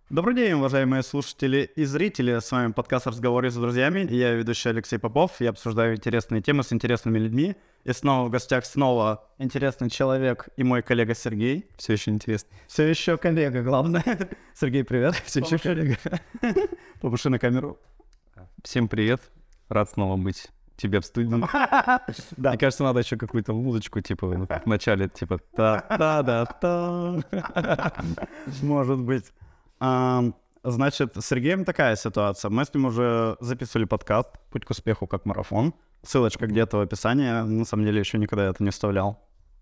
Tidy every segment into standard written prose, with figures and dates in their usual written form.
Добрый день, уважаемые слушатели и зрители. С вами подкаст «Разговоры с друзьями». Я ведущий Алексей Попов. Я обсуждаю интересные темы с интересными людьми. И снова в гостях интересный человек и мой коллега Сергей. Все еще интересно. Все еще коллега, главное. Сергей, привет. Все еще коллега. Повыши на камеру. Всем привет. Рад снова быть тебе в студии. Да. Мне кажется, надо еще какую-то музычку, типа, в начале, типа, та-та-да-та. Может быть. Значит, с Сергеем такая ситуация. Мы с ним уже записывали подкаст «Путь к успеху как марафон». Ссылочка где-то в описании. На самом деле, еще никогда это не вставлял.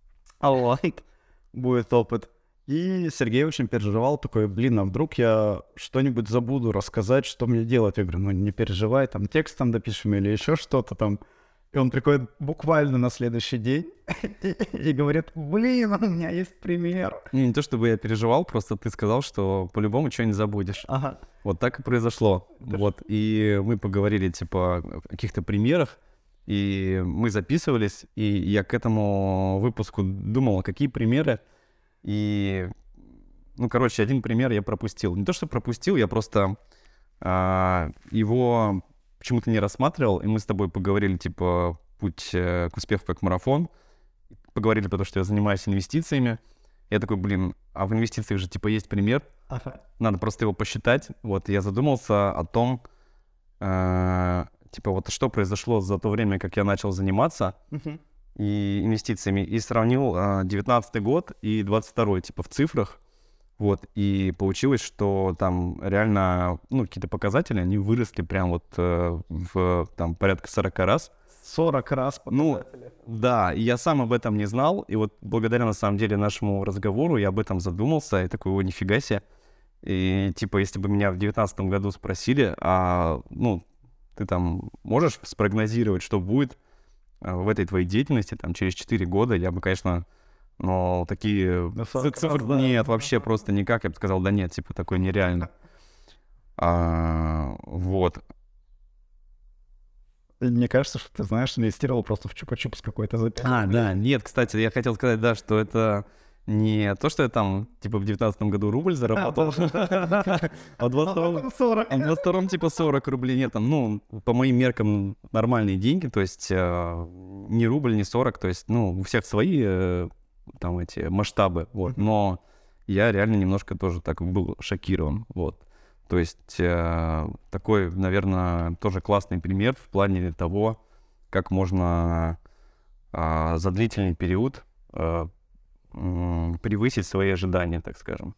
Будет опыт. И Сергей очень переживал, такой, а вдруг я что-нибудь забуду рассказать, что мне делать? Я говорю, не переживай, там текстом допишем или еще что-то там. И он приходит буквально на следующий день и говорит, у меня есть пример. Не то чтобы я переживал, просто ты сказал, что по-любому что-нибудь забудешь. Ага. Вот так и произошло. Вот, и мы поговорили, типа, о каких-то примерах, и мы записывались, и я к этому выпуску думал, какие примеры. И, один пример я пропустил. Не то, что пропустил, я просто его почему-то не рассматривал, и мы с тобой поговорили, типа, путь к успеху как марафон. Поговорили про то, что я занимаюсь инвестициями. Я такой, а в инвестициях же, типа, есть пример. Надо просто его посчитать. Вот, я задумался о том, что произошло за то время, как я начал заниматься и инвестициями, и сравнил 19-й год и 22-й, типа, в цифрах. Вот, и получилось, что там реально, какие-то показатели, они выросли прям вот в порядка 40 раз. 40 раз показатели. Да, и я сам об этом не знал, и вот благодаря, на самом деле, нашему разговору я об этом задумался, и такой, нифига себе. И, типа, если бы меня в 19-м году спросили, ты там можешь спрогнозировать, что будет в этой твоей деятельности, там, через 4 года, я бы, конечно... Но такие цифры нет, вообще просто никак. Я бы сказал, да нет, типа, такое нереально. Вот. Мне кажется, что ты знаешь, инвестировал просто в чупа-чупс какой-то за 5. Да, нет, кстати, я хотел сказать, да, что это не то, что я там, типа, в 19-м году рубль заработал, а в 22-м, типа, 40 рублей. Нет, там, по моим меркам, нормальные деньги, то есть не рубль, не 40, то есть, у всех свои... там эти масштабы, вот, но я реально немножко тоже так был шокирован, вот, то есть такой, наверное, тоже классный пример в плане того, как можно за длительный период превысить свои ожидания, так скажем.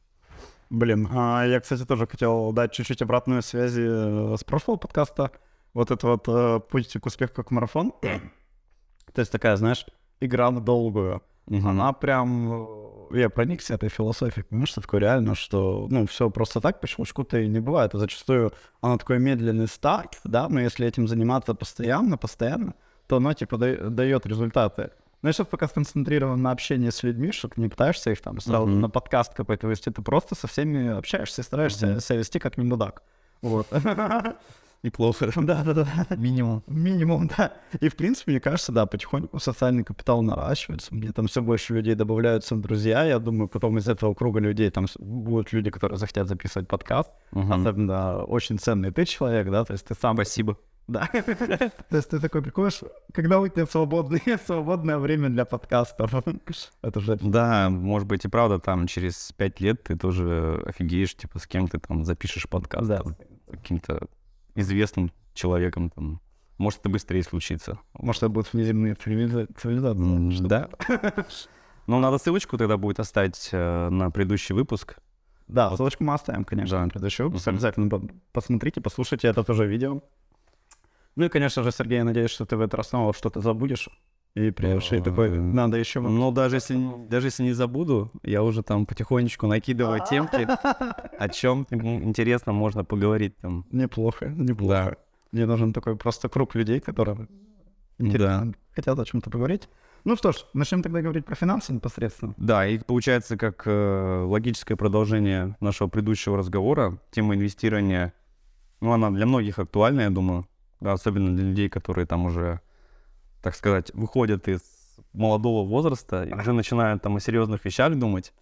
Я, кстати, тоже хотел дать чуть-чуть обратную связь с прошлого подкаста, вот это вот путь к успеху как марафон, то есть такая, знаешь, игра на долгую. Она прям... Я проникся этой философией, понимаешь, что такое реально, что, все просто так по щелчку-то и не бывает. И зачастую она такой медленный старт, да, но если этим заниматься постоянно, то оно, типа, дает результаты. Но я сейчас пока сконцентрирован на общении с людьми, что ты не пытаешься их там сразу на подкаст какой-то вести, ты просто со всеми общаешься и стараешься себя вести как не мудак. Вот. Неплохо. Да. Минимум, да. И, в принципе, мне кажется, да, потихоньку социальный капитал наращивается. Мне там все больше людей добавляются в друзья. Я думаю, потом из этого круга людей там будут люди, которые захотят записывать подкаст. Особенно очень ценный ты человек, да, то есть ты сам... Спасибо. Да. То есть ты такой приходишь, когда у тебя свободное время для подкастов. Это же... Да, может быть и правда, там через 5 лет ты тоже офигеешь, типа, с кем ты там запишешь подкаст. Да. Каким-то известным человеком, там, может, это быстрее случится. Может, это будут внеземные цивилизации. Да. Ну, надо ссылочку тогда будет оставить на предыдущий выпуск. Да, ссылочку мы оставим, конечно, на предыдущий выпуск. Обязательно посмотрите, послушайте это тоже видео. Ну и, конечно же, Сергей, я надеюсь, что ты в этот раз снова что-то забудешь. И придешь, и такой, надо еще... Ну, даже если не забуду, я уже там потихонечку накидываю темки, о чем интересно можно поговорить там. Неплохо. Мне нужен такой просто круг людей, которые хотят о чем-то поговорить. Ну что ж, начнем тогда говорить про финансы непосредственно. Да, и получается, как логическое продолжение нашего предыдущего разговора, тема инвестирования, она для многих актуальна, я думаю, да, особенно для людей, которые там уже, так сказать, выходят из молодого возраста и уже начинают там о серьезных вещах думать.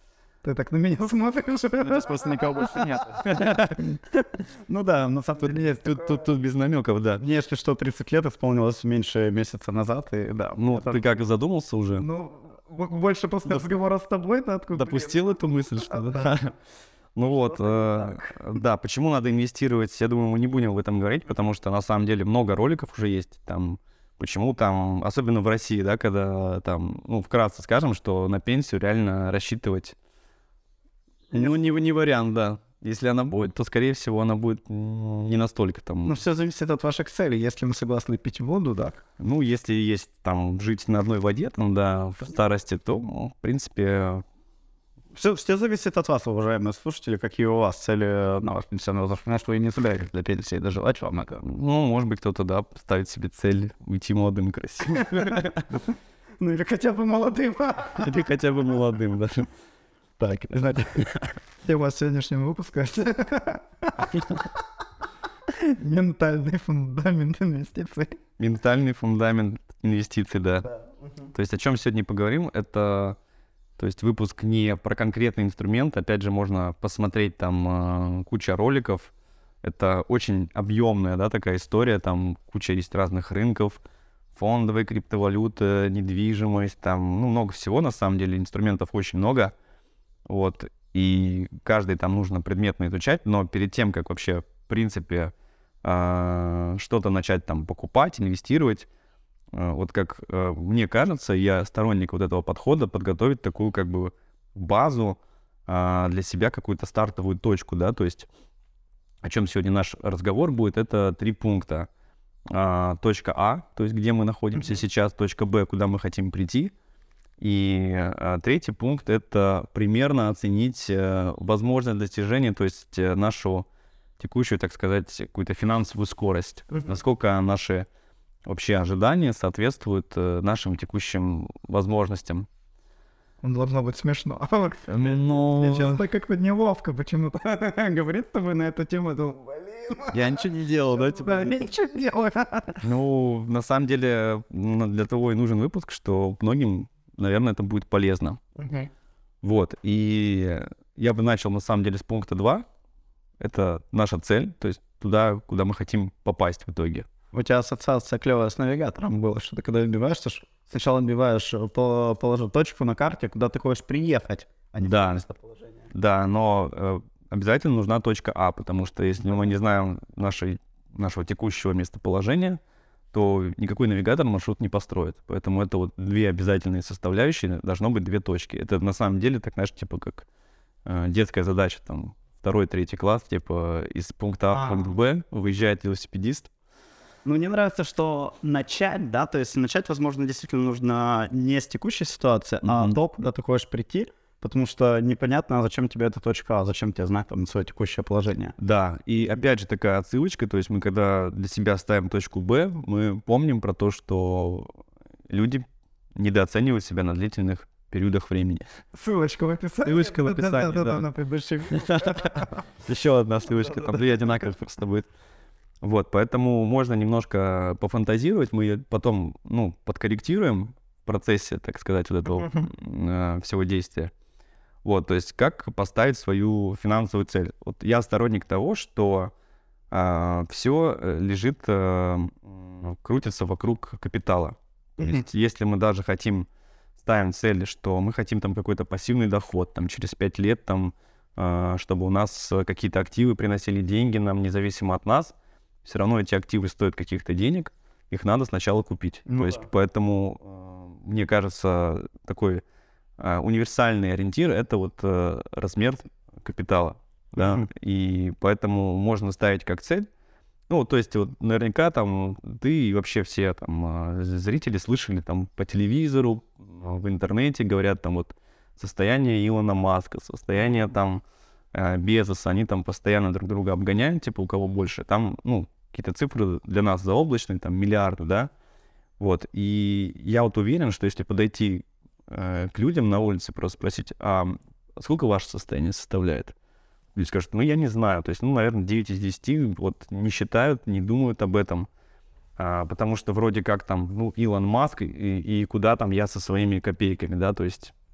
Ты так на меня смотришь. Сейчас просто никого больше нет. Ну да, на самом деле есть. Тут без намеков, да. Мне, если что, 30 лет исполнилось меньше месяца назад, и да. Ну, ты как, задумался уже? Ну, больше после разговора с тобой, да, откуда... Допустил эту мысль, что ли? Ну вот, да, почему надо инвестировать, я думаю, мы не будем об этом говорить, потому что на самом деле много роликов уже есть, там, почему там, особенно в России, да, когда там, ну, вкратце скажем, что на пенсию реально рассчитывать, ну, не вариант, да. Если она будет, то, скорее всего, она будет не настолько там... Ну, все зависит от ваших целей. Если мы согласны пить воду, да. Ну, если есть там жить на одной воде, там, да, в старости, то, в принципе... Все зависит от вас, уважаемые слушатели, какие у вас цели на ваш пенсионный возраст. Что вы не собираетесь до пенсии доживать вам это. Ну, может быть, кто-то, да, ставит себе цель уйти молодым и красивым. Ну, или хотя бы молодым. Или хотя бы молодым, да. Так, знаете, тема сегодняшнего выпуска. Ментальный фундамент инвестиций. Ментальный фундамент инвестиций, да. То есть о чем сегодня поговорим, это... То есть выпуск не про конкретный инструмент, опять же, можно посмотреть там куча роликов. Это очень объемная, да, такая история, там куча есть разных рынков, фондовые криптовалюты, недвижимость, там, ну, много всего, на самом деле, инструментов очень много. Вот, и каждый там нужно предметно изучать, но перед тем, как вообще, в принципе, что-то начать там покупать, инвестировать, вот как мне кажется, я сторонник вот этого подхода, подготовить такую как бы базу для себя, какую-то стартовую точку, да, то есть о чем сегодня наш разговор будет, это 3 пункта. Точка А, то есть где мы находимся сейчас, точка Б, куда мы хотим прийти, и 3-й пункт — это примерно оценить возможное достижение, то есть нашу текущую, так сказать, какую-то финансовую скорость, насколько наши вообще ожидания соответствуют нашим текущим возможностям. Должно быть смешно. Ну... Сейчас как-то неловко почему-то говорит с тобой на эту тему. Я ничего не делал, да? Да, я ничего не делал. Ну, на самом деле, для того и нужен выпуск, что многим, наверное, это будет полезно. Вот, и я бы начал, на самом деле, с пункта 2. Это наша цель, то есть туда, куда мы хотим попасть в итоге. У тебя ассоциация клевая с навигатором была, что ты когда набиваешься, сначала набиваешь, положи точку на карте, куда ты хочешь приехать, а не местоположение. Да, но обязательно нужна точка А, потому что если мы не знаем нашего текущего местоположения, то никакой навигатор маршрут не построит. Поэтому это вот 2 обязательные составляющие, должно быть 2 точки. Это на самом деле, так знаешь, типа как детская задача, там, 2-3 класс, типа из пункта А в пункт Б выезжает велосипедист. Ну, мне нравится, что начать, да, то есть начать, возможно, действительно нужно не с текущей ситуации, а то, куда ты хочешь прийти, потому что непонятно, зачем тебе эта точка А, зачем тебе знать там свое текущее положение. Да, и опять же такая отсылочка, то есть мы когда для себя ставим точку Б, мы помним про то, что люди недооценивают себя на длительных периодах времени. Ссылочка в описании. Ссылочка в описании, да. На предыдущем. Еще одна ссылочка, там 2 одинаковых просто будет. Вот, поэтому можно немножко пофантазировать, мы ее потом, ну, подкорректируем в процессе, так сказать, вот этого всего действия. Вот, то есть как поставить свою финансовую цель. Вот я сторонник того, что все лежит, крутится вокруг капитала. То есть если мы даже ставим цель, что мы хотим там какой-то пассивный доход, там через 5 лет, там, чтобы у нас какие-то активы приносили деньги нам, независимо от нас, все равно эти активы стоят каких-то денег, их надо сначала купить. То есть поэтому, мне кажется, такой универсальный ориентир — это вот размер капитала. Да? И поэтому можно ставить как цель. Ну, то есть вот наверняка там ты и вообще все там зрители слышали там по телевизору, в интернете говорят там вот состояние Илона Маска, состояние там Безоса, они там постоянно друг друга обгоняют, типа у кого больше. Там, ну, какие-то цифры для нас заоблачные, там миллиарды, да. Вот, и я вот уверен, что если подойти к людям на улице, просто спросить, а сколько ваше состояние составляет? Люди скажут, ну, я не знаю, то есть, ну, наверное, 9 из 10 вот не считают, не думают об этом, потому что вроде как там, ну, Илон Маск, и куда там я со своими копейками, да, то есть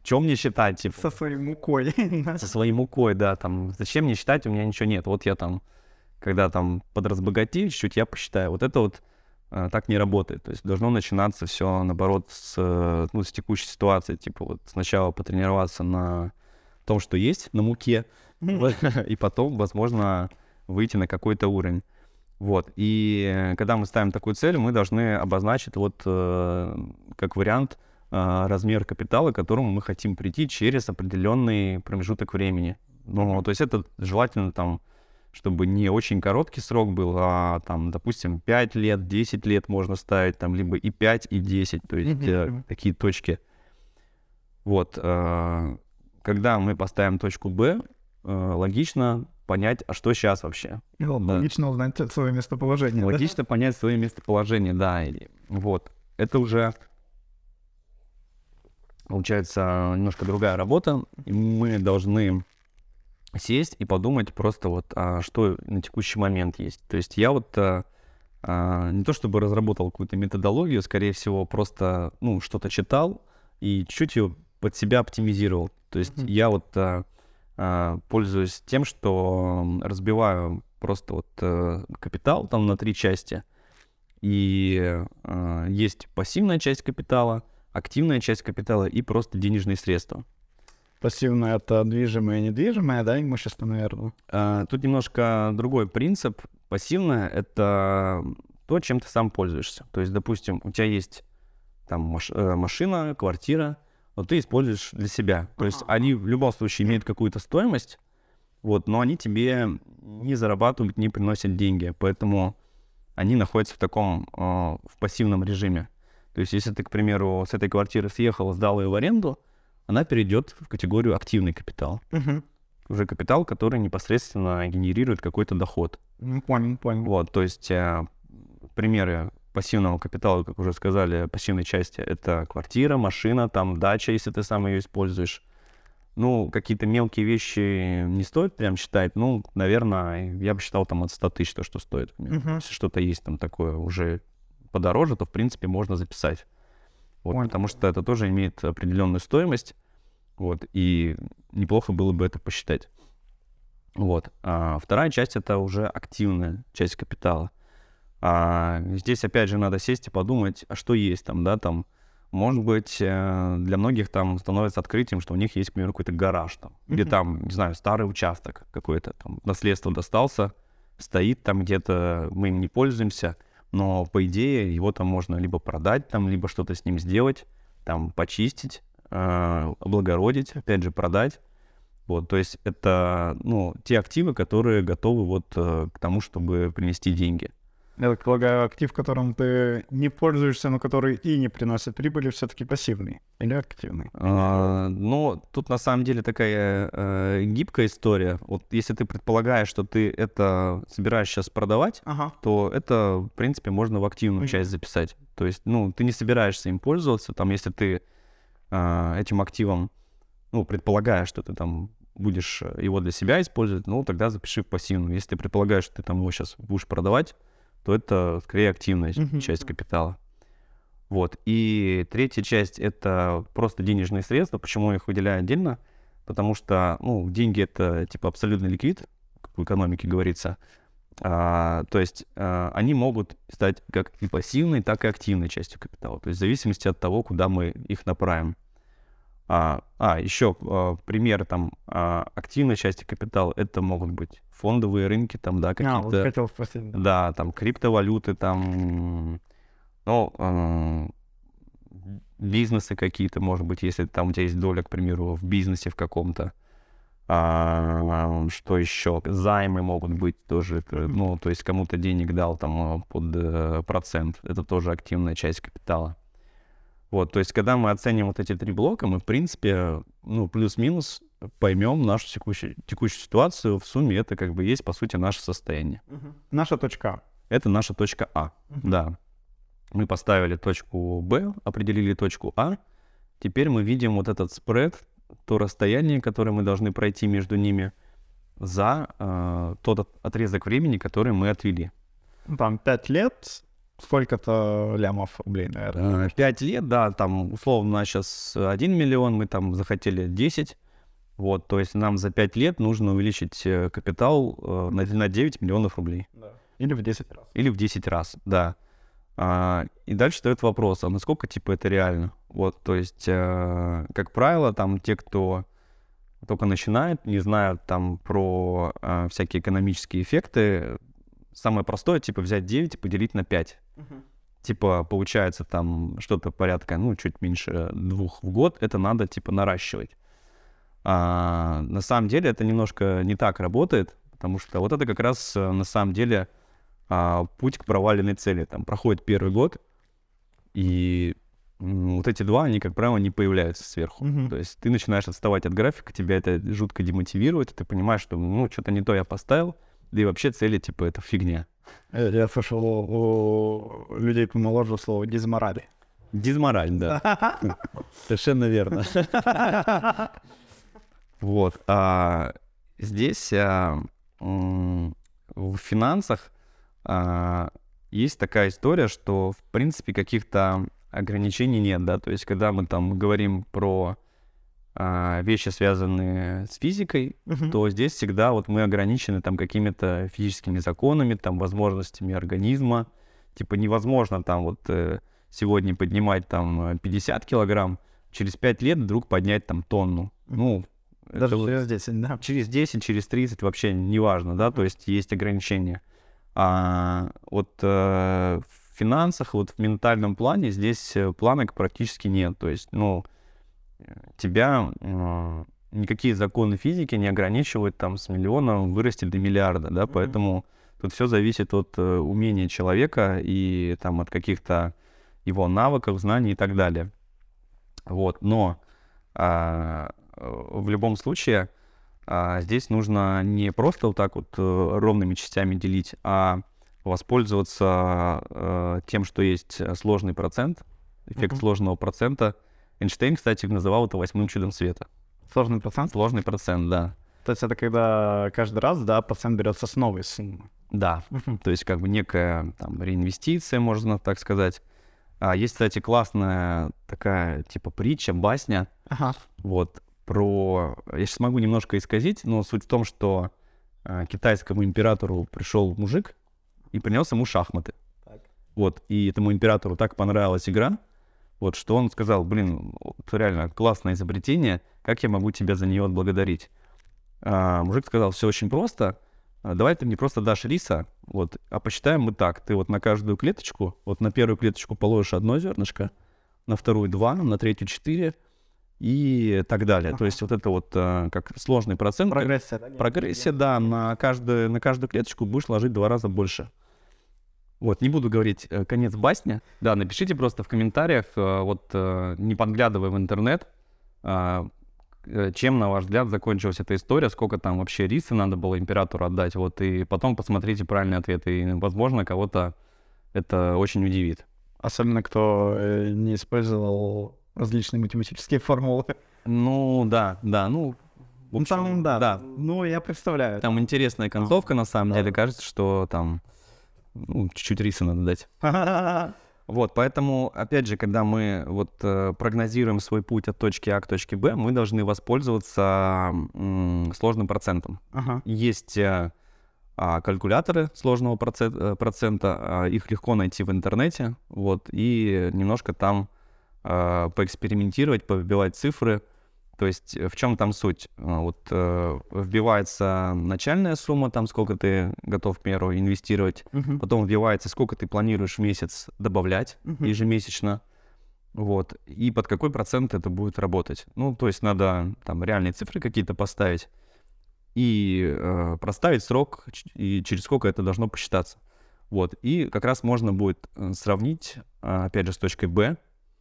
чем мне считать, типа? Со своей мукой. Со своей мукой, да, там, зачем мне считать, у меня ничего нет. Вот я там, когда там подразбогатею чуть-чуть, я посчитаю. Вот это вот так не работает. То есть должно начинаться все, наоборот, с текущей ситуации. Типа вот сначала потренироваться на том, что есть, на муке, и потом, возможно, выйти на какой-то уровень. Вот. И когда мы ставим такую цель, мы должны обозначить вот как вариант размер капитала, к которому мы хотим прийти через определенный промежуток времени. Ну, то есть это желательно там, чтобы не очень короткий срок был, а там, допустим, 5 лет, 10 лет можно ставить, там, либо и 5, и 10, то есть такие точки. Вот. Когда мы поставим точку Б, логично понять, а что сейчас вообще. Логично узнать свое местоположение. Логично понять свое местоположение, да. Вот. Это уже, получается, немножко другая работа. И мы должны сесть и подумать просто вот, что на текущий момент есть. То есть я вот не то чтобы разработал какую-то методологию, скорее всего, просто, что-то читал и чуть-чуть ее под себя оптимизировал. То есть я вот пользуюсь тем, что разбиваю просто вот капитал там на 3 части. И есть пассивная часть капитала, активная часть капитала и просто денежные средства. Пассивное — это движимое и недвижимое, да, имущество, наверное? Тут немножко другой принцип. Пассивное — это то, чем ты сам пользуешься. То есть, допустим, у тебя есть там машина, квартира, но ты используешь для себя. То есть они в любом случае имеют какую-то стоимость, вот, но они тебе не зарабатывают, не приносят деньги. Поэтому они находятся в таком, в пассивном режиме. То есть если ты, к примеру, с этой квартиры съехал, сдал ее в аренду, она перейдет в категорию активный капитал. Уже капитал, который непосредственно генерирует какой-то доход. Понял. Вот, то есть примеры пассивного капитала, как уже сказали, пассивной части — это квартира, машина, там дача, если ты сам ее используешь. Какие-то мелкие вещи не стоит прям считать. Наверное, я бы считал там от 100 тысяч то, что стоит. Если что-то есть там такое уже подороже, то, в принципе, можно записать. Вот, потому что это тоже имеет определенную стоимость. Вот, и неплохо было бы это посчитать. Вот. А вторая часть — это уже активная часть капитала. Здесь, опять же, надо сесть и подумать, а что есть там, да, там. Может быть, для многих там становится открытием, что у них есть, к примеру, какой-то гараж там, или там, не знаю, старый участок какой-то, там, наследство достался, стоит там где-то, мы им не пользуемся, но, по идее, его там можно либо продать, там, либо что-то с ним сделать, там, почистить, облагородить, опять же, продать. Вот, то есть это, те активы, которые готовы вот к тому, чтобы принести деньги. Я так полагаю, актив, которым ты не пользуешься, но который и не приносит прибыли, все-таки пассивный или активный? Тут на самом деле такая гибкая история. Вот если ты предполагаешь, что ты это собираешь сейчас продавать, то это, в принципе, можно в активную часть записать. То есть, ты не собираешься им пользоваться, там, если ты этим активом, предполагаешь, что ты там будешь его для себя использовать, тогда запиши в пассивную. Если ты предполагаешь, что ты там его сейчас будешь продавать, то это скорее активная часть капитала. Вот. И третья часть — это просто денежные средства. Почему я их выделяю отдельно? Потому что, деньги — это типа абсолютный ликвид, как в экономике говорится. То есть они могут стать как и пассивной, так и активной частью капитала. То есть в зависимости от того, куда мы их направим. Еще пример там активной части капитала — это могут быть фондовые рынки, там, да, какие-то... Вот хотел спросить. Да, там криптовалюты, там, бизнесы какие-то, может быть, если там у тебя есть доля, к примеру, в бизнесе в каком-то. Что еще? Займы могут быть тоже, то есть кому-то денег дал там под процент, это тоже активная часть капитала. Вот, то есть, когда мы оценим вот эти 3 блока, мы, в принципе, плюс-минус поймем нашу текущую ситуацию. В сумме это как бы есть, по сути, наше состояние. Наша точка А. Это наша точка А, да. Мы поставили точку Б, определили точку А. Теперь мы видим вот этот спред, то расстояние, которое мы должны пройти между ними за тот отрезок времени, который мы отвели. Там 5 лет сколько-то лямов рублей, наверное. 5 лет, да, там, условно, у нас сейчас 1 миллион, мы там захотели 10. Вот, то есть нам за 5 лет нужно увеличить капитал на 9 миллионов рублей. Да. Или в 10 раз. Или в 10 раз, да. И дальше встает вопрос, а насколько, типа, это реально? Вот, то есть, как правило, там, те, кто только начинает, не знают там про всякие экономические эффекты, самое простое, типа, взять 9 и поделить на 5. Типа, получается там что-то порядка, ну, чуть меньше 2 в год, это надо, типа, наращивать. На самом деле это немножко не так работает, потому что вот это как раз, на самом деле, путь к проваленной цели. Там проходит первый год, и вот эти 2, они, как правило, не появляются сверху. То есть ты начинаешь отставать от графика, тебя это жутко демотивирует, и ты понимаешь, что, ну, что-то не то я поставил, да и вообще цели, типа, это фигня. Я слышал у людей помоложе слово «дизмораль». Дизмораль, да. Совершенно верно. Вот. Здесь в финансах есть такая история, что, в принципе, каких-то ограничений нет, да, то есть когда мы там говорим про вещи, связанные с физикой, то здесь всегда вот мы ограничены там какими-то физическими законами, там возможностями организма, типа невозможно там вот сегодня поднимать там 50 килограмм, через 5 лет вдруг поднять там тонну, ну, даже это через 10, да. Через 10, через 30 вообще неважно, да, то есть есть ограничения. Вот в финансах, вот в ментальном плане здесь планок практически нет. То есть, ну, тебя никакие законы физики не ограничивают там с миллиона вырасти до миллиарда, да, поэтому тут все зависит от умения человека и там от каких-то его навыков, знаний и так далее. Вот, но в любом случае здесь нужно не просто вот так вот ровными частями делить, а воспользоваться тем, что есть сложный процент, эффект сложного процента. Эйнштейн, кстати, называл это 8-м чудом света. Сложный процент? Сложный процент, да. То есть это когда каждый раз, да, процент берется с новой суммы. Да, то есть как бы некая там реинвестиция, можно так сказать. Есть, кстати, классная такая типа притча, басня, вот, про... Я сейчас могу немножко исказить, но суть в том, что китайскому императору пришел мужик и принес ему шахматы. Вот, и этому императору так понравилась игра, вот, что он сказал, блин, это реально классное изобретение, как я могу тебя за нее отблагодарить? Мужик сказал, все очень просто, давай ты мне просто дашь риса, вот, а посчитаем мы так, ты вот на каждую клеточку, вот на первую клеточку положишь 1 зернышко, на вторую 2, на третью 4 и так далее. То есть вот это вот как сложный процент. Прогрессия, да? Прогрессия, да, на каждую клеточку будешь ложить 2 раза больше. Вот, не буду говорить конец басни. Да, напишите просто в комментариях, вот не подглядывая в интернет, чем, на ваш взгляд, закончилась эта история, сколько там вообще риса надо было императору отдать, вот, и потом посмотрите правильный ответ, и, возможно, кого-то это очень удивит. Особенно, кто не использовал различные математические формулы. Ну, да, ну... В общем, там, да. Ну, я представляю. Там интересная концовка, на самом деле, кажется, что там чуть-чуть риса надо дать. Вот, поэтому, опять же, когда мы вот прогнозируем свой путь от точки А к точке Б, мы должны воспользоваться сложным процентом. Есть калькуляторы сложного процента, их легко найти в интернете, вот, и немножко там поэкспериментировать, повыбивать цифры. То есть в чем там суть? Вот вбивается начальная сумма, там сколько ты готов, к примеру, инвестировать, потом вбивается, сколько ты планируешь в месяц добавлять ежемесячно, вот, и под какой процент это будет работать. Ну, то есть надо там реальные цифры какие-то поставить и проставить срок, и через сколько это должно посчитаться. Вот, и как раз можно будет сравнить, опять же, с точкой Б.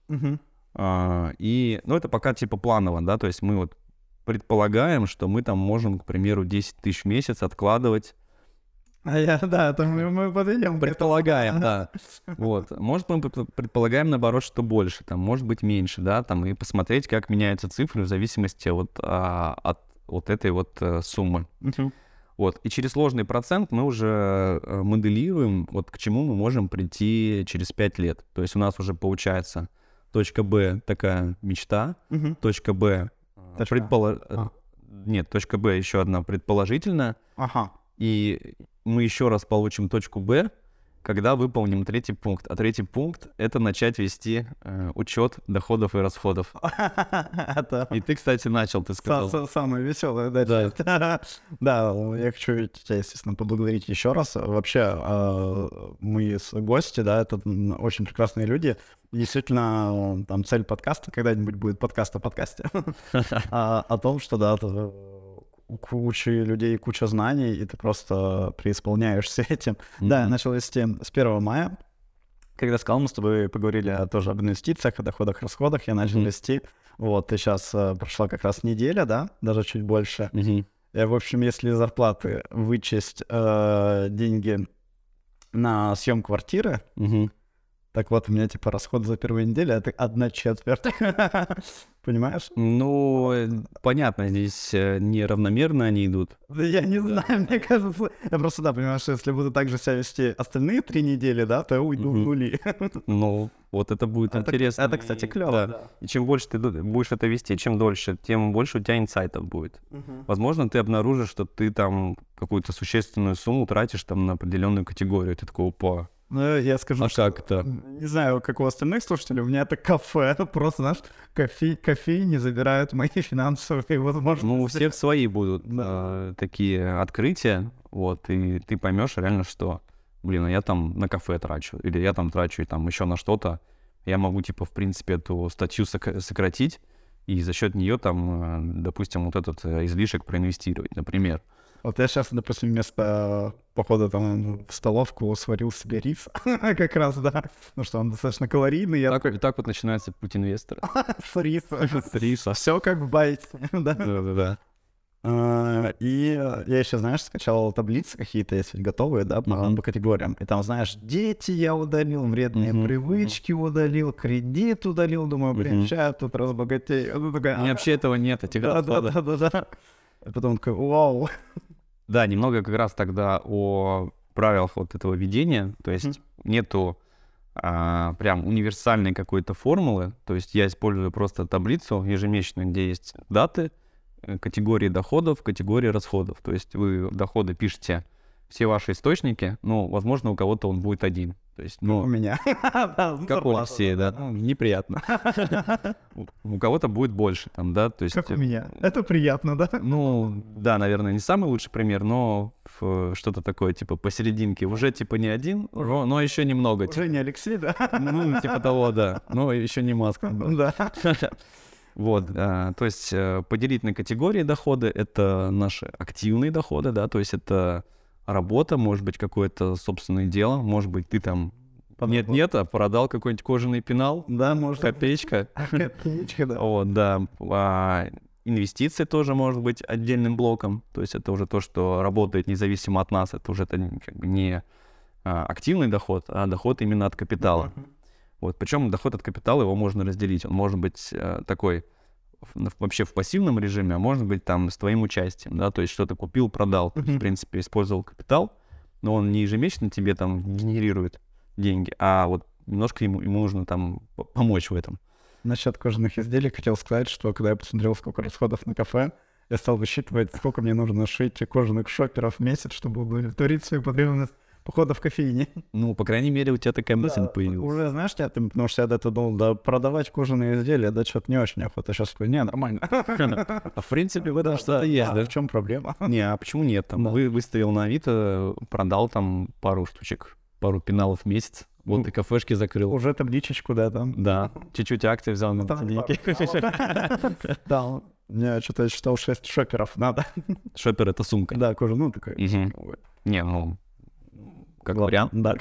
И, ну, это пока типа планово, да, то есть мы вот предполагаем, что мы там можем, к примеру, 10 тысяч в месяц откладывать. Да, это мы подойдем. Предполагаем, да. Вот. Может, мы предполагаем, наоборот, что больше, там, может быть, меньше, да, там, и посмотреть, как меняются цифры в зависимости от вот этой вот суммы. Вот. И через сложный процент мы уже моделируем, вот к чему мы можем прийти через 5 лет. То есть у нас уже получается точка Б такая мечта, точка Б нет, точка Б еще одна предположительная. И мы еще раз получим точку Б, когда выполним третий пункт. А третий пункт — это начать вести учет доходов и расходов. И ты, кстати, начал, ты сказал. Самое веселое, да. Да, я хочу тебя, естественно, поблагодарить еще раз. Вообще, мы с гости, да, это очень прекрасные люди. Действительно, там цель подкаста когда-нибудь будет подкаст о подкасте. О том, что, да, у кучи людей куча знаний, и ты просто преисполняешься этим. Да, я начал вести с 1 мая. Когда сказал, мы с тобой поговорили тоже об инвестициях, о доходах, расходах, я начал вести. Вот, и сейчас прошла как раз неделя, да, даже чуть больше. И, в общем, если из зарплаты вычесть деньги на съем квартиры, так вот, у меня, типа, расход за первую неделю — это 1/4. Понимаешь? Ну, понятно, здесь неравномерно они идут. Да я не знаю, мне кажется... Я просто, да, понимаю, что если буду так же себя вести остальные 3 недели, да, то я уйду в нули. Ну, вот это будет интересно. Это, кстати, клево. Да. И чем больше ты будешь это вести, чем дольше, тем больше у тебя инсайтов будет. Возможно, ты обнаружишь, что ты там какую-то существенную сумму тратишь там на определенную категорию. Ты такой, опа. Ну, я скажу, что... как это? Не знаю, как у остальных слушателей, у меня это кафе. Просто, знаешь, кофейни забирают мои финансовые возможности. Ну, у всех свои будут такие открытия, вот, и ты поймешь реально, что, блин, я там на кафе трачу, или я там трачу там еще на что-то. Я могу, типа, в принципе, эту статью сократить, и за счет нее там, допустим, вот этот излишек проинвестировать, например. Вот я сейчас, допустим, вместо похода там в столовку сварил себе рис, как раз, да, ну что он достаточно калорийный. Так вот начинается путь инвестора. С риса. Все как в байте, да? Да. И я еще, знаешь, скачал таблицы какие-то, есть ведь готовые, да, по категориям. И там, знаешь, дети я удалил, вредные привычки удалил, кредит удалил. Думаю, блин, сейчас тут разбогатею. Вообще этого нет, этих расходов. Да. А потом такой, вау. Да, немного как раз тогда о правилах вот этого ведения. То есть нету прям универсальной какой-то формулы. То есть я использую просто таблицу ежемесячную, где есть даты, категории доходов, категории расходов. То есть вы доходы пишете все ваши источники, ну, возможно, у кого-то он будет один. То есть, ну, у меня. Как у Алексея, да? Ну, неприятно. У кого-то будет больше там, да? То есть, как у меня. Это приятно, да? Ну, да, наверное, не самый лучший пример, но что-то такое, типа, посерединке. Уже, типа, не один, но еще немного. Уже не Алексей, да? Ну, типа того, да. Но еще не Маск. Да. Вот, то есть поделить на категории доходы — это наши активные доходы, да, то есть это работа, может быть, какое-то собственное дело, может быть, ты там нет-нет, а продал какой-нибудь кожаный пенал, да, может, копеечка. Копеечка, да. Вот, да. Инвестиции тоже может быть отдельным блоком, то есть это уже то, что работает независимо от нас, это уже как бы не активный доход, а доход именно от капитала. Вот, причем доход от капитала его можно разделить. Он может быть такой вообще в пассивном режиме, а может быть там с твоим участием, да, то есть что-то купил, продал, то есть, в принципе, использовал капитал, но он не ежемесячно тебе там генерирует деньги, а вот немножко ему нужно там помочь в этом. Насчет кожаных изделий хотел сказать, что когда я посмотрел, сколько расходов на кафе, я стал высчитывать, сколько мне нужно шить кожаных шоперов в месяц, чтобы удовлетворить свою потребность похода в кофейне. Ну, по крайней мере, у тебя такая мысль появилась. Уже, знаешь, потому что я до этого думал, да, продавать кожаные изделия, да, что-то не очень охота. Сейчас такой, не, нормально. А в принципе, в этом что-то есть, да? В чем проблема? Не, а почему нет? Там, выставил на Авито, продал там пару штучек, пару пеналов в месяц. Вот и кафешки закрыл. Уже табличечку, да, там. Да, чуть-чуть акций взял на деньги. Да, я что-то считал 6 шоперов надо. Шопер — это сумка. Да, кожа, ну, такая. Не, ну... Как вариант. Да.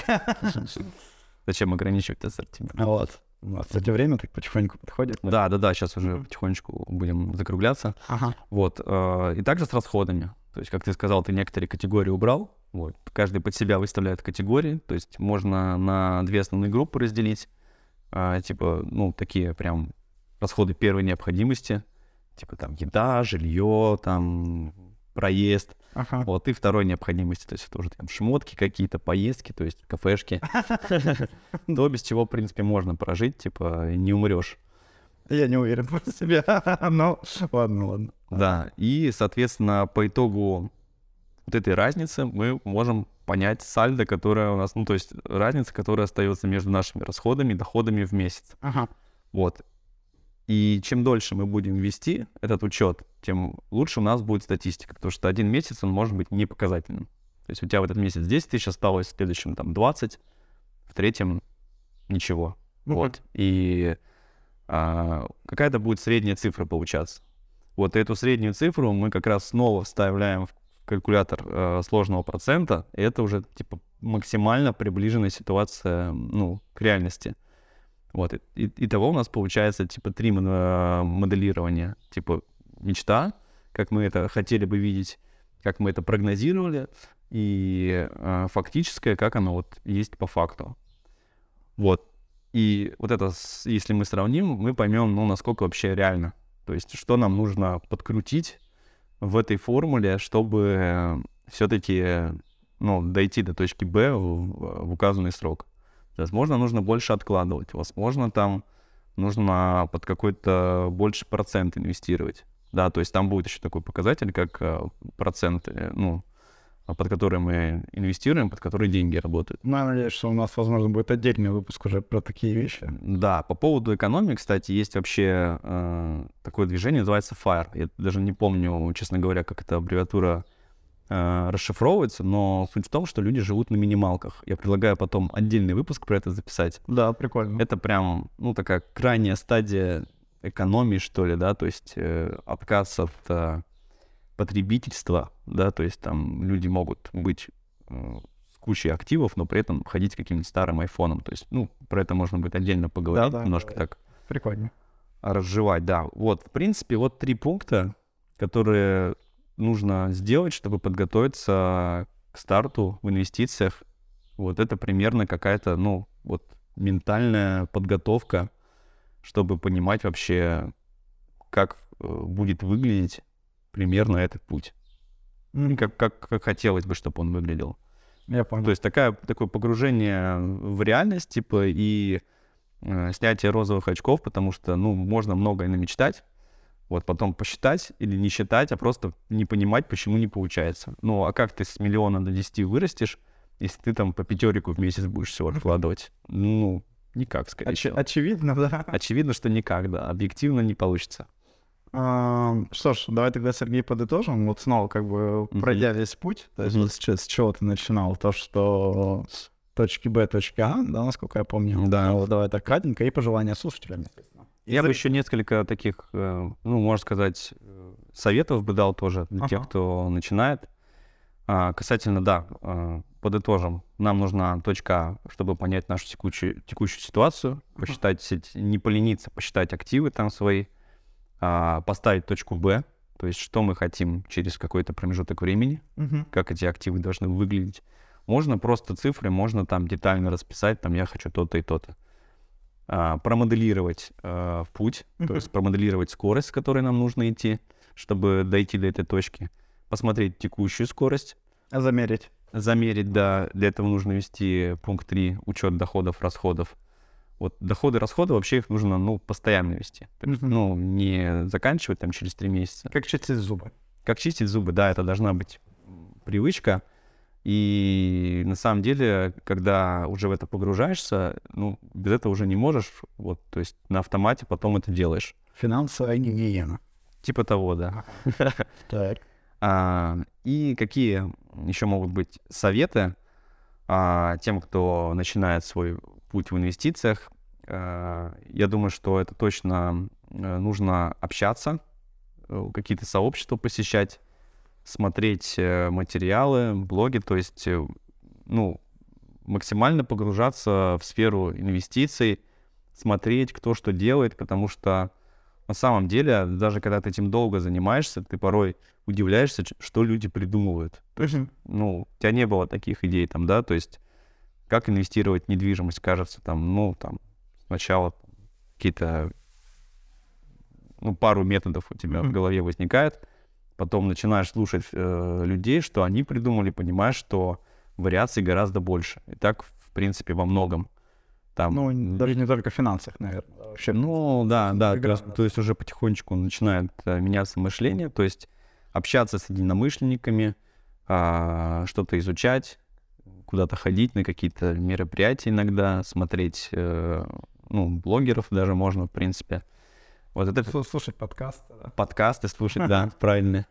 Зачем ограничивать ассортимент? Вот. Кстати, время так потихоньку подходит. Да, сейчас уже потихонечку будем закругляться. Ага. Вот. И также с расходами. То есть, как ты сказал, ты некоторые категории убрал. Вот. Каждый под себя выставляет категории. То есть можно на 2 основные группы разделить. Типа, ну, такие прям расходы первой необходимости. Типа там еда, жилье, там проезд. Ага. Вот, и второй необходимости, то есть это уже там шмотки какие-то, поездки, то есть кафешки. То, без чего, в принципе, можно прожить, типа, не умрешь. Я не уверен в себе, но ладно. Да, и, соответственно, по итогу вот этой разницы мы можем понять сальдо, которая у нас, ну, то есть разница, которая остается между нашими расходами и доходами в месяц. Ага. Вот. И чем дольше мы будем вести этот учет, тем лучше у нас будет статистика, потому что один месяц он может быть непоказательным. То есть у тебя в этот месяц 10 тысяч осталось, в следующем там 20, в третьем ничего. Вот. И какая-то будет средняя цифра получаться. Вот эту среднюю цифру мы как раз снова вставляем в калькулятор сложного процента, и это уже типа максимально приближенная ситуация, ну, к реальности. Вот. Итого у нас получается типа 3 моделирования. Типа мечта, как мы это хотели бы видеть, как мы это прогнозировали, и фактическое, как оно вот есть по факту. Вот. И вот это, если мы сравним, мы поймем, ну, насколько вообще реально. То есть, что нам нужно подкрутить в этой формуле, чтобы все-таки, ну, дойти до точки Б в указанный срок. Возможно, нужно больше откладывать. Возможно, там нужно под какой-то больше процент инвестировать. Да, то есть там будет еще такой показатель, как проценты, ну, под которые мы инвестируем, под которые деньги работают. Ну, я надеюсь, что у нас, возможно, будет отдельный выпуск уже про такие вещи. Да, по поводу экономии, кстати, есть вообще такое движение, называется FIRE. Я даже не помню, честно говоря, как эта аббревиатура расшифровывается, но суть в том, что люди живут на минималках. Я предлагаю потом отдельный выпуск про это записать. Да, прикольно. Это прям, ну, такая крайняя стадия экономии, что ли, да, то есть отказ от потребительства, да, то есть там люди могут быть с кучей активов, но при этом ходить с каким-нибудь старым айфоном. То есть, ну, про это можно будет отдельно поговорить, немножко так. Прикольно. Разжевать, да. Вот, в принципе, вот 3 пункта, которые нужно сделать, чтобы подготовиться к старту в инвестициях. Вот это примерно какая-то, ну, вот ментальная подготовка, чтобы понимать вообще, как будет выглядеть примерно этот путь. Как хотелось бы, чтобы он выглядел. Я понял. То есть такое погружение в реальность, типа, и снятие розовых очков, потому что, ну, можно многое намечтать, вот потом посчитать или не считать, а просто не понимать, почему не получается. Ну, а как ты с 1 миллиона до 10 вырастешь, если ты там по 5 в месяц будешь всего откладывать? Ну, никак, скорее всего. Очевидно, да. Очевидно, что никак, да. Объективно не получится. Что ж, давай тогда, Сергей, подытожим. Вот снова как бы пройдя весь путь, то есть вот с чего ты начинал, то, что точки Б, точки А, да, насколько я помню. Да. Вот давай так кратенько, и пожелания слушателям. Я бы еще несколько таких, ну, можно сказать, советов бы дал тоже для тех, кто начинает. Касательно, да, подытожим. Нам нужна точка А, чтобы понять нашу текущую ситуацию, посчитать, не полениться, посчитать активы там свои, поставить точку Б, то есть что мы хотим через какой-то промежуток времени, как эти активы должны выглядеть. Можно просто цифры, можно там детально расписать, там я хочу то-то и то-то. Промоделировать путь, то есть промоделировать скорость, с которой нам нужно идти, чтобы дойти до этой точки. Посмотреть текущую скорость. Замерить. Замерить, да. Для этого нужно ввести пункт 3, учет доходов, расходов. Вот доходы, расходы, вообще их нужно, ну, постоянно вести. То есть, ну, не заканчивать там через 3 месяца. Как чистить зубы. Как чистить зубы, да, это должна быть привычка. И на самом деле, когда уже в это погружаешься, ну, без этого уже не можешь, вот, то есть на автомате потом это делаешь. Финансовая гигиена. Типа того, да. Так. И какие еще могут быть советы тем, кто начинает свой путь в инвестициях? Я думаю, что это точно нужно общаться, какие-то сообщества посещать, смотреть материалы, блоги, то есть, ну, максимально погружаться в сферу инвестиций, смотреть, кто что делает, потому что на самом деле, даже когда ты этим долго занимаешься, ты порой удивляешься, что люди придумывают. То есть, ну, у тебя не было таких идей там, да, то есть, как инвестировать в недвижимость, кажется, там, ну, там, сначала какие-то, ну, пару методов у тебя в голове возникает, потом начинаешь слушать людей, что они придумали, понимаешь, что вариаций гораздо больше. И так, в принципе, во многом. Там, ну, даже не только в финансах, наверное. Вообще, ну, да, то есть уже потихонечку начинает меняться мышление, то есть общаться с единомышленниками, что-то изучать, куда-то ходить на какие-то мероприятия иногда, смотреть, блогеров даже можно, в принципе. Вот это... Слушать подкасты. Да? Подкасты слушать, да, правильно.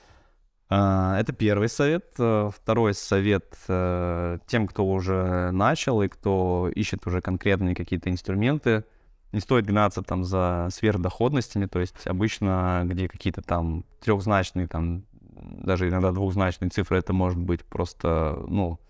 Это первый совет. Второй совет тем, кто уже начал и кто ищет уже конкретные какие-то инструменты. Не стоит гнаться там за сверхдоходностями, то есть обычно, где какие-то там трехзначные, там даже иногда двухзначные цифры, это может быть просто,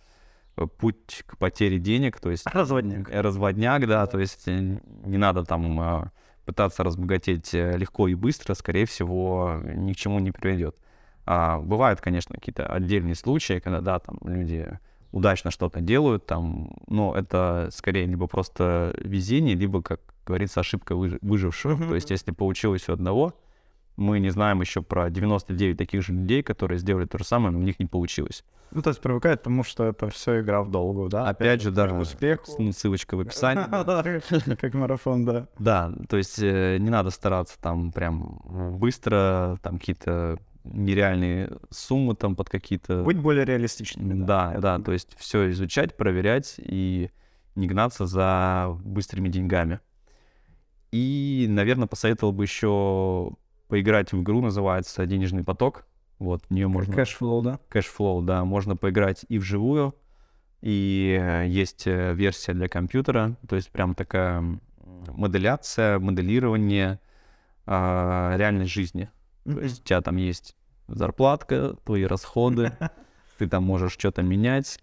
путь к потере денег, то есть... Разводняк, да, то есть не надо там пытаться разбогатеть легко и быстро, скорее всего, ни к чему не приведет. Бывают, конечно, какие-то отдельные случаи, когда, да, там люди удачно что-то делают, там, но это скорее либо просто везение, либо, как говорится, ошибка выжившего. То есть если получилось у одного, мы не знаем еще про 99 таких же людей, которые сделали то же самое, но у них не получилось. Ну, то есть привыкает к тому, что это все игра в долгую, да? Опять же, да, успеху. Ссылочка в описании. Как марафон, да. Да, то есть не надо стараться там прям быстро, там какие-то нереальные суммы там под какие-то... Быть более реалистичными. Да, то есть все изучать, проверять и не гнаться за быстрыми деньгами. И, наверное, посоветовал бы еще поиграть в игру, называется «Денежный поток». Вот, в нее можно... Cashflow, да? Cashflow, да. Можно поиграть и вживую, и есть версия для компьютера, то есть прям такая моделирование реальной жизни. То есть у тебя там есть зарплатка, твои расходы, ты там можешь что-то менять,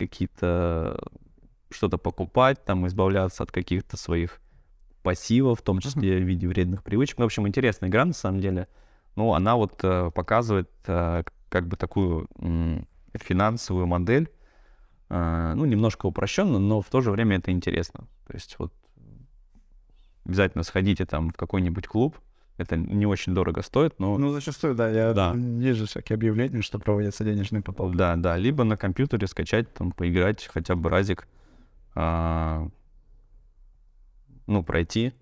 что-то покупать, там избавляться от каких-то своих пассивов, в том числе в виде вредных привычек. В общем, интересная игра, на самом деле. Ну, она вот показывает как бы такую финансовую модель, немножко упрощенно, но в то же время это интересно. То есть вот обязательно сходите там в какой-нибудь клуб, это не очень дорого стоит, но... Ну, зачастую, да, я вижу всякие объявления, что проводятся денежные потоки. Да, либо на компьютере скачать, там, поиграть хотя бы разик, пройти.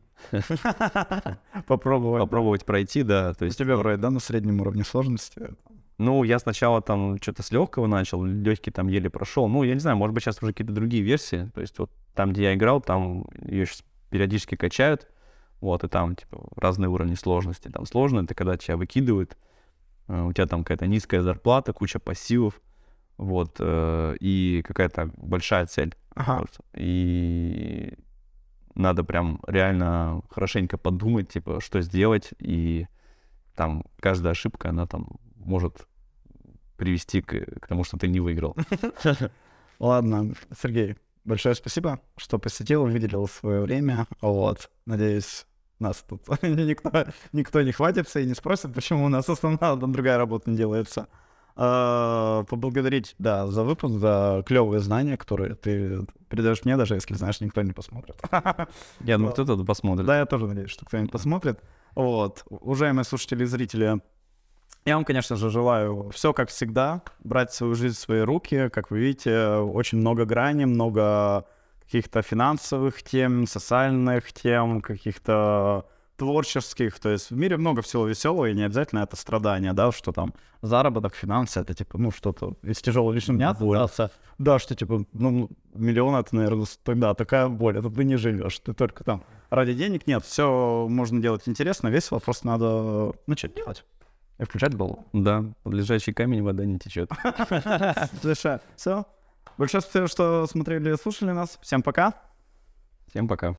Попробовать пройти, да. То есть у тебя вроде, да, на среднем уровне сложности? Ну, я сначала там что-то с легкого начал, легкий там еле прошел. Ну, я не знаю, может быть, сейчас уже какие-то другие версии. То есть вот там, где я играл, там ее сейчас периодически качают. Вот, и там, типа, разные уровни сложности. Там сложно, это когда тебя выкидывают, у тебя там какая-то низкая зарплата, куча пассивов, вот, и какая-то большая цель. Ага. Вот, и надо прям реально хорошенько подумать, типа, что сделать, и там каждая ошибка, она там может привести к тому, что ты не выиграл. Ладно, Сергей, большое спасибо, что посетил, выделил свое время. Вот, надеюсь, нас тут никто не хватится и не спросит, почему у нас основная другая работа не делается. Поблагодарить, да, за выпуск, за клевые знания, которые ты передаешь мне, даже если, знаешь, никто не посмотрит. Я думаю, кто-то посмотрит. Да, я тоже надеюсь, что кто-нибудь посмотрит. Вот, уважаемые слушатели и зрители, я вам, конечно же, желаю все как всегда, брать свою жизнь в свои руки. Как вы видите, очень много граней, много каких-то финансовых тем, социальных тем, каких-то творческих. То есть в мире много всего веселого, и не обязательно это страдание, да, что там заработок, финансы, это типа, что-то из тяжелого личного мяса. Да, что типа, миллион, это, наверное, тогда такая боль, это ты не живешь, ты только там ради денег. Нет, все можно делать интересно, весело, просто надо начать делать. И включать голову. Да, под лежачий камень вода не течет. Все. Большое спасибо, что смотрели и слушали нас. Всем пока. Всем пока.